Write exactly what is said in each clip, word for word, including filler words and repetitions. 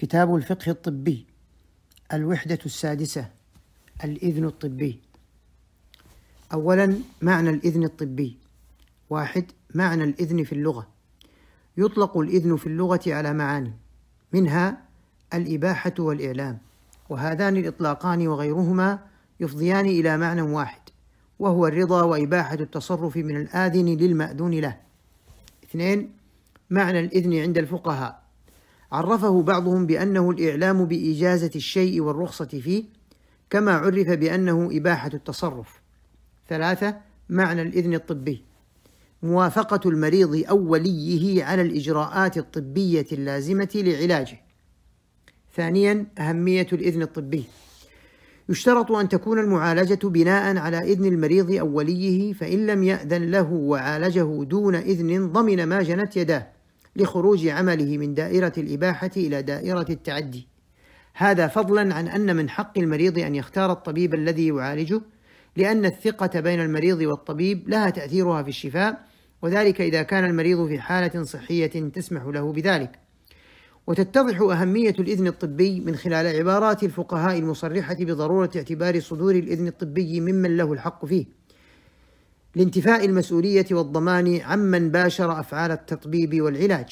كتاب الفقه الطبي، الوحدة السادسة: الإذن الطبي. أولاً، معنى الإذن الطبي. واحد. معنى الإذن في اللغة: يطلق الإذن في اللغة على معاني، منها الإباحة والإعلام، وهذان الإطلاقان وغيرهما يفضيان إلى معنى واحد، وهو الرضا وإباحة التصرف من الآذن للمأذون له. اثنين. معنى الإذن عند الفقهاء: عرفه بعضهم بأنه الإعلام بإجازة الشيء والرخصة فيه، كما عرف بأنه إباحة التصرف. ثلاثة. معنى الإذن الطبي: موافقة المريض أو وليه على الإجراءات الطبية اللازمة لعلاجه. ثانيا. أهمية الإذن الطبي: يشترط أن تكون المعالجة بناء على إذن المريض أو وليه، فإن لم يأذن له وعالجه دون إذن ضمن ما جنت يداه لخروج عمله من دائرة الإباحة إلى دائرة التعدي، هذا فضلا عن أن من حق المريض أن يختار الطبيب الذي يعالجه، لأن الثقة بين المريض والطبيب لها تأثيرها في الشفاء، وذلك إذا كان المريض في حالة صحية تسمح له بذلك. وتتضح أهمية الإذن الطبي من خلال عبارات الفقهاء المصرحة بضرورة اعتبار صدور الإذن الطبي ممن له الحق فيه، لانتفاء المسؤولية والضمان عمن باشر أفعال التطبيب والعلاج.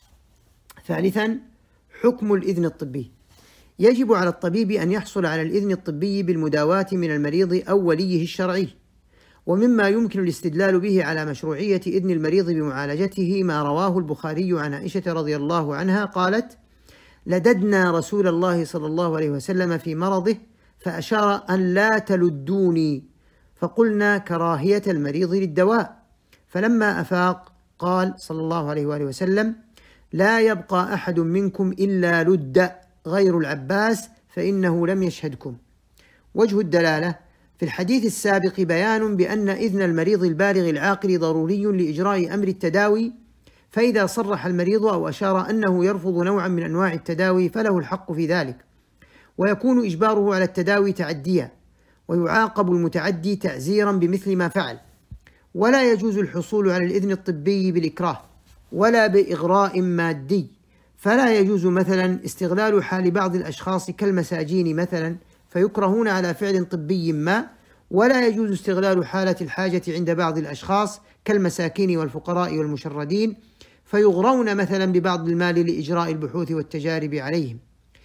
ثالثا. حكم الإذن الطبي: يجب على الطبيب أن يحصل على الإذن الطبي بالمداواة من المريض أو وليه الشرعي. ومما يمكن الاستدلال به على مشروعية إذن المريض بمعالجته ما رواه البخاري عن عائشة رضي الله عنها قالت: لددنا رسول الله صلى الله عليه وسلم في مرضه فأشار أن لا تلدوني، فقلنا كراهية المريض للدواء، فلما أفاق قال صلى الله عليه وآله وسلم: لا يبقى أحد منكم إلا لد غير العباس فإنه لم يشهدكم. وجه الدلالة: في الحديث السابق بيان بأن إذن المريض البالغ العاقل ضروري لإجراء أمر التداوي، فإذا صرح المريض أو أشار أنه يرفض نوعا من أنواع التداوي فله الحق في ذلك، ويكون إجباره على التداوي تعديا، ويعاقب المتعدي تعزيرا بمثل ما فعل. ولا يجوز الحصول على الإذن الطبي بالإكراه ولا بإغراء مادي، فلا يجوز مثلا استغلال حال بعض الأشخاص كالمساجين مثلا فيكرهون على فعل طبي ما، ولا يجوز استغلال حالة الحاجة عند بعض الأشخاص كالمساكين والفقراء والمشردين فيغرون مثلا ببعض المال لإجراء البحوث والتجارب عليهم.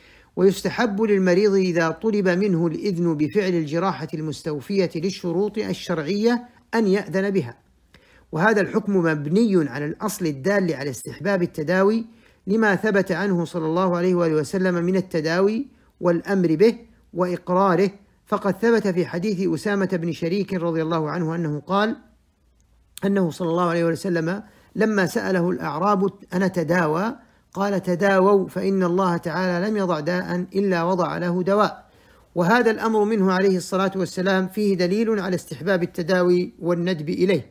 ويستحب للمريض إذا طلب منه الإذن بفعل الجراحة المستوفية للشروط الشرعية أن يأذن بها، وهذا الحكم مبني على الأصل الدال على استحباب التداوي لما ثبت عنه صلى الله عليه وآله وسلم من التداوي والأمر به وإقراره، فقد ثبت في حديث أسامة بن شريك رضي الله عنه أنه قال أنه صلى الله عليه وسلم لما سأله الأعراب أنا تداوى قال: تداووا فإن الله تعالى لم يضع داء إلا وضع له دواء. وهذا الأمر منه عليه الصلاة والسلام فيه دليل على استحباب التداوي والندب إليه.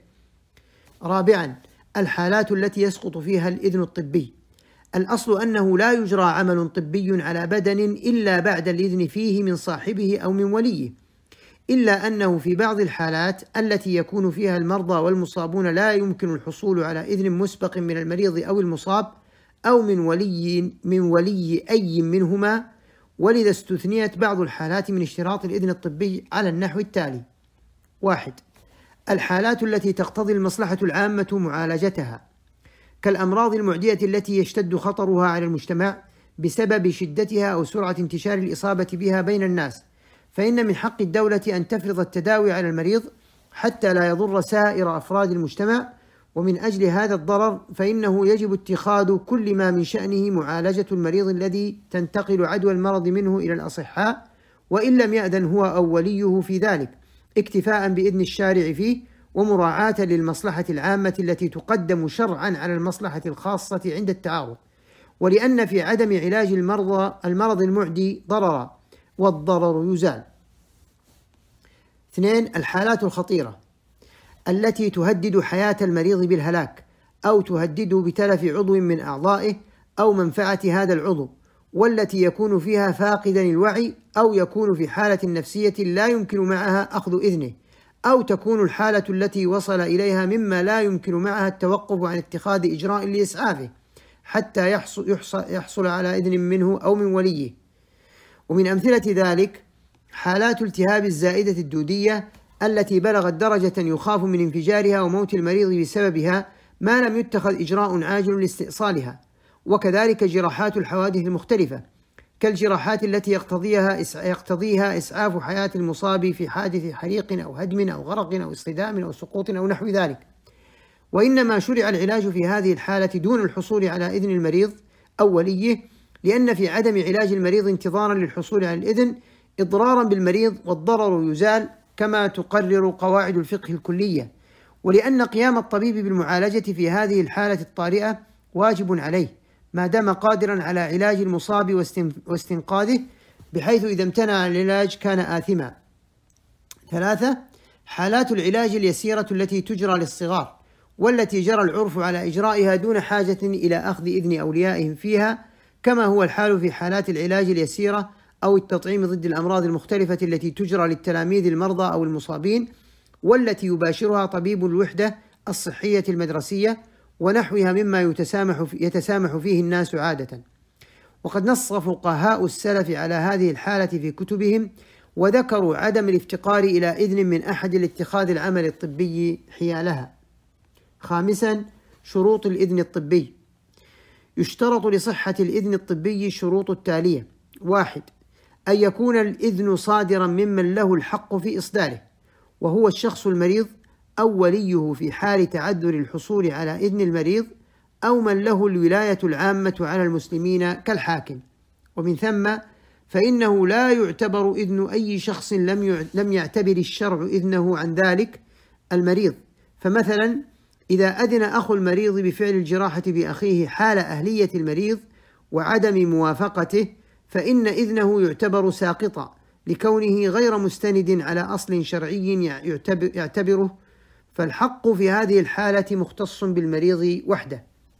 رابعا. الحالات التي يسقط فيها الإذن الطبي: الأصل أنه لا يجرى عمل طبي على بدن إلا بعد الإذن فيه من صاحبه أو من وليه، إلا أنه في بعض الحالات التي يكون فيها المرضى والمصابون لا يمكن الحصول على إذن مسبق من المريض أو المصاب أو من ولي من ولي أي منهما، ولذا استثنيت بعض الحالات من اشتراط الإذن الطبي على النحو التالي: واحد. الحالات التي تقتضي المصلحة العامة معالجتها، كالأمراض المعدية التي يشتد خطرها على المجتمع بسبب شدتها أو سرعة انتشار الإصابة بها بين الناس، فإن من حق الدولة أن تفرض التداوي على المريض حتى لا يضر سائر أفراد المجتمع، ومن أجل هذا الضرر فإنه يجب اتخاذ كل ما من شأنه معالجة المريض الذي تنتقل عدوى المرض منه إلى الأصحاء، وإن لم يأذن هو أو وليه في ذلك، اكتفاء بإذن الشارع فيه، ومراعاة للمصلحة العامة التي تقدم شرعا على المصلحة الخاصة عند التعارض، ولأن في عدم علاج المرضى المرض المعدي ضررا، والضرر يزال. اثنين. الحالات الخطيرة التي تهدد حياة المريض بالهلاك، أو تهدد بتلف عضو من أعضائه أو منفعة هذا العضو، والتي يكون فيها فاقدا الوعي، أو يكون في حالة نفسية لا يمكن معها أخذ إذنه، أو تكون الحالة التي وصل إليها مما لا يمكن معها التوقف عن اتخاذ إجراء لإسعافه، حتى يحصل, يحصل, يحصل على إذن منه أو من وليه. ومن أمثلة ذلك حالات التهاب الزائدة الدودية التي بلغت درجة يخاف من انفجارها وموت المريض بسببها ما لم يتخذ إجراء عاجل لاستئصالها، وكذلك جراحات الحوادث المختلفة كالجراحات التي يقتضيها يقتضيها إسعاف حياة المصاب في حادث حريق أو هدم أو غرق أو اصطدام أو سقوط أو نحو ذلك. وإنما شرع العلاج في هذه الحالة دون الحصول على إذن المريض أو وليه، لأن في عدم علاج المريض انتظارا للحصول على الإذن إضرارا بالمريض، والضرر يزال كما تقرر قواعد الفقه الكلية، ولأن قيام الطبيب بالمعالجة في هذه الحالة الطارئة واجب عليه ما دام قادرا على علاج المصاب واستنقاذه، بحيث إذا امتنع العلاج كان آثما. ثلاثة، حالات العلاج اليسيرة التي تجرى للصغار والتي جرى العرف على إجرائها دون حاجة إلى أخذ إذن أوليائهم فيها، كما هو الحال في حالات العلاج اليسيرة أو التطعيم ضد الأمراض المختلفة التي تجرى للتلاميذ المرضى أو المصابين، والتي يباشرها طبيب الوحدة الصحية المدرسية ونحوها مما يتسامح, في يتسامح فيه الناس عادة. وقد نص فقهاء السلف على هذه الحالة في كتبهم، وذكروا عدم الافتقار إلى إذن من أحد لاتخاذ العمل الطبي حيالها. خامسا، شروط الإذن الطبي. يشترط لصحة الإذن الطبي الشروط التالية: واحد، أن يكون الإذن صادرا ممن له الحق في إصداره، وهو الشخص المريض أو وليه في حال تعذر الحصول على إذن المريض، أو من له الولاية العامة على المسلمين كالحاكم. ومن ثم فإنه لا يعتبر إذن أي شخص لم يعتبر الشرع إذنه عن ذلك المريض. فمثلا إذا أذن أخو المريض بفعل الجراحة بأخيه حال أهلية المريض وعدم موافقته، فإن إذنه يعتبر ساقطا لكونه غير مستند على أصل شرعي يعتبره، فالحق في هذه الحالة مختص بالمريض وحده.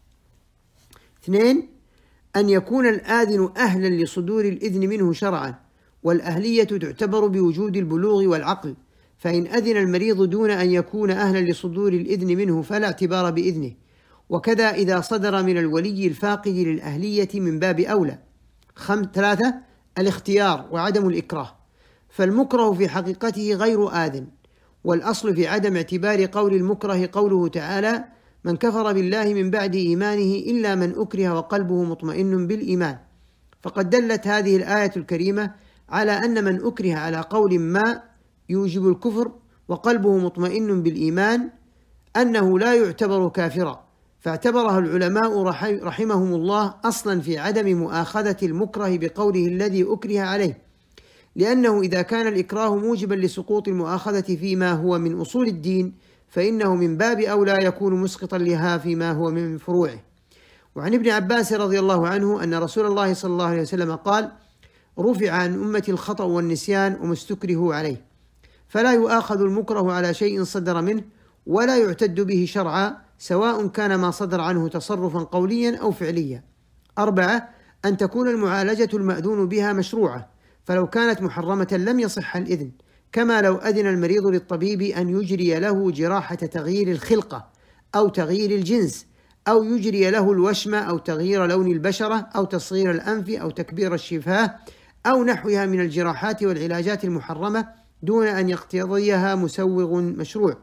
اثنين، أن يكون الآذن أهلا لصدور الإذن منه شرعا، والأهلية تعتبر بوجود البلوغ والعقل، فإن أذن المريض دون أن يكون أهلا لصدور الإذن منه فلا اعتبار بإذنه، وكذا إذا صدر من الولي الفاقد للأهلية من باب أولى. ثلاثة، الاختيار وعدم الإكراه، فالمكره في حقيقته غير آذن، والأصل في عدم اعتبار قول المكره قوله تعالى: من كفر بالله من بعد إيمانه إلا من أكره وقلبه مطمئن بالإيمان. فقد دلت هذه الآية الكريمة على أن من أكره على قول ما يوجب الكفر وقلبه مطمئن بالإيمان أنه لا يعتبر كافرا، فاعتبرها العلماء رحمهم الله أصلا في عدم مؤاخذة المكره بقوله الذي أكره عليه، لأنه إذا كان الإكراه موجبا لسقوط المؤاخذة فيما هو من أصول الدين، فإنه من باب أولى يكون مسقطا لها فيما هو من فروعه. وعن ابن عباس رضي الله عنه أن رسول الله صلى الله عليه وسلم قال: رفع عن أمتي الخطأ والنسيان وما استكرهوا عليه، فلا يؤاخذ المكره على شيء صدر منه ولا يعتد به شرعا، سواء كان ما صدر عنه تصرفا قوليا أو فعليا. أربعة، أن تكون المعالجة المأذون بها مشروعة، فلو كانت محرمة لم يصح الإذن، كما لو أذن المريض للطبيب أن يجري له جراحة تغيير الخلقة أو تغيير الجنس، أو يجري له الوشم أو تغيير لون البشرة أو تصغير الأنف أو تكبير الشفاه أو نحوها من الجراحات والعلاجات المحرمة دون أن يقتضيها مسوغ مشروع.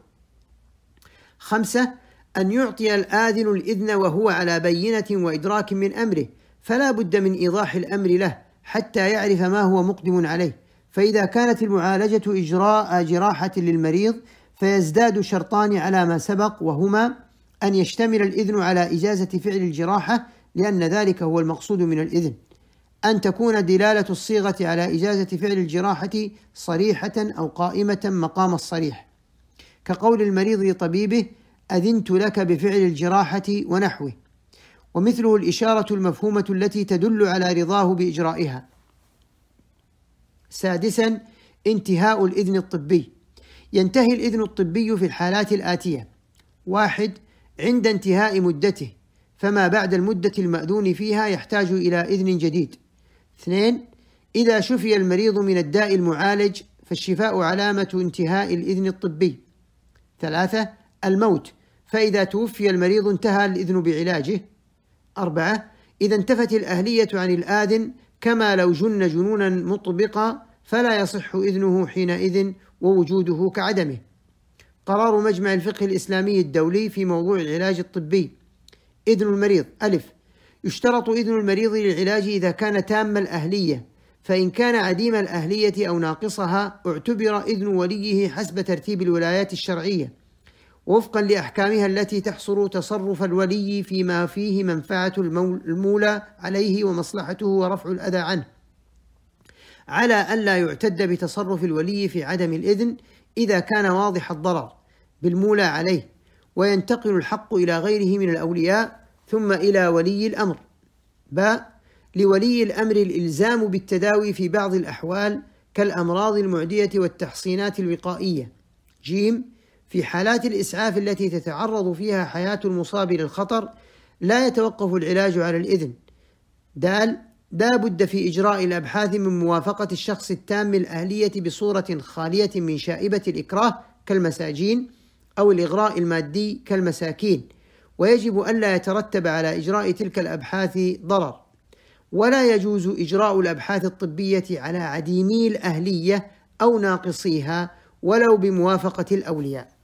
خمسة، أن يعطي الآذن الإذن وهو على بينة وإدراك من أمره، فلا بد من إيضاح الأمر له حتى يعرف ما هو مقدم عليه. فإذا كانت المعالجة إجراء جراحة للمريض فيزداد شرطان على ما سبق، وهما أن يشتمل الإذن على إجازة فعل الجراحة، لأن ذلك هو المقصود من الإذن، أن تكون دلالة الصيغة على إجازة فعل الجراحة صريحة أو قائمة مقام الصريح، كقول المريض لطبيبه: أذنت لك بفعل الجراحة ونحوه، ومثله الإشارة المفهومة التي تدل على رضاه بإجرائها. سادسا، انتهاء الإذن الطبي. ينتهي الإذن الطبي في الحالات الآتية: واحد، عند انتهاء مدته، فما بعد المدة المأذون فيها يحتاج إلى إذن جديد. اثنين، إذا شفي المريض من الداء المعالج فالشفاء علامة انتهاء الإذن الطبي. ثلاثة، الموت، فإذا توفي المريض انتهى الإذن بعلاجه. أربعة، إذا انتفت الأهلية عن الآذن كما لو جن جنونا مطبقا فلا يصح إذنه حينئذ ووجوده كعدمه. قرار مجمع الفقه الإسلامي الدولي في موضوع العلاج الطبي. إذن المريض: ألف، يشترط إذن المريض للعلاج إذا كان تام الأهلية، فإن كان عديم الأهلية أو ناقصها اعتبر إذن وليه حسب ترتيب الولايات الشرعية وفقا لأحكامها التي تحصر تصرف الولي فيما فيه منفعة المولى عليه ومصلحته ورفع الأذى عنه، على ألا يعتد بتصرف الولي في عدم الإذن إذا كان واضح الضرر بالمولى عليه، وينتقل الحق إلى غيره من الأولياء ثم إلى ولي الأمر. باء، لولي الأمر الإلزام بالتداوي في بعض الأحوال كالأمراض المعدية والتحصينات الوقائية. جيم، في حالات الإسعاف التي تتعرض فيها حياة المصاب للخطر لا يتوقف العلاج على الإذن. دال، لا بد في إجراء الأبحاث من موافقة الشخص التام الأهلية بصورة خالية من شائبة الإكراه كالمساجين أو الإغراء المادي كالمساكين، ويجب ألا يترتب على إجراء تلك الأبحاث ضرر، ولا يجوز إجراء الأبحاث الطبية على عديمي الأهلية أو ناقصيها ولو بموافقة الأولياء.